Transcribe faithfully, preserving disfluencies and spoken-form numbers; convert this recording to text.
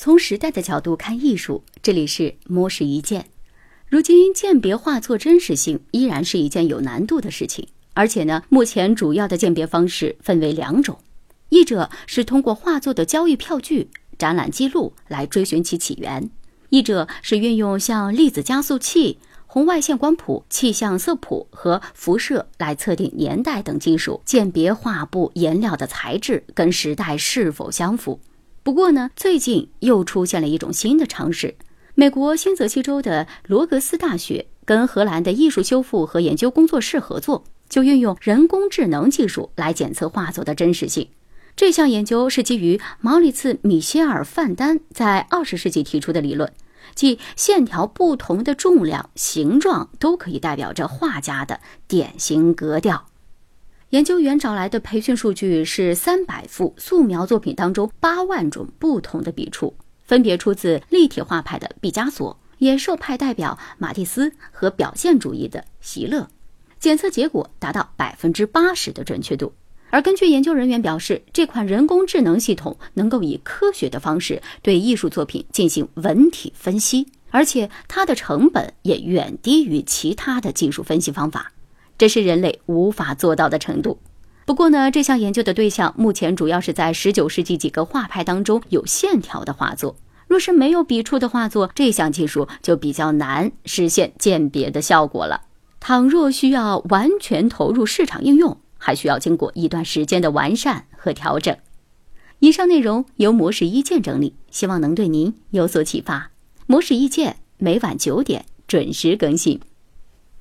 从时代的角度看艺术，这里是摸石一鉴。如今鉴别画作真实性依然是一件有难度的事情，而且呢，目前主要的鉴别方式分为两种，一者是通过画作的交易票据、展览记录来追寻其起源，一者是运用像粒子加速器、红外线光谱、气象色谱和辐射来测定年代等技术，鉴别画布颜料的材质跟时代是否相符。不过呢，最近又出现了一种新的尝试。美国新泽西州的罗格斯大学跟荷兰的艺术修复和研究工作室合作，就运用人工智能技术来检测画作的真实性。这项研究是基于毛里茨·米歇尔·范丹在二十世纪提出的理论，即线条不同的重量、形状都可以代表着画家的典型格调。研究员找来的培训数据是三百幅素描作品当中八万种不同的笔触，分别出自立体画派的毕加索、野兽派代表马蒂斯和表现主义的席勒。检测结果达到 百分之八十 的准确度。而根据研究人员表示，这款人工智能系统能够以科学的方式对艺术作品进行文体分析，而且它的成本也远低于其他的技术分析方法。这是人类无法做到的程度。不过呢，这项研究的对象目前主要是在十九世纪几个画派当中有线条的画作。若是没有笔触的画作，这项技术就比较难实现鉴别的效果了。倘若需要完全投入市场应用，还需要经过一段时间的完善和调整。以上内容由模式意见整理，希望能对您有所启发。模式意见每晚九点准时更新。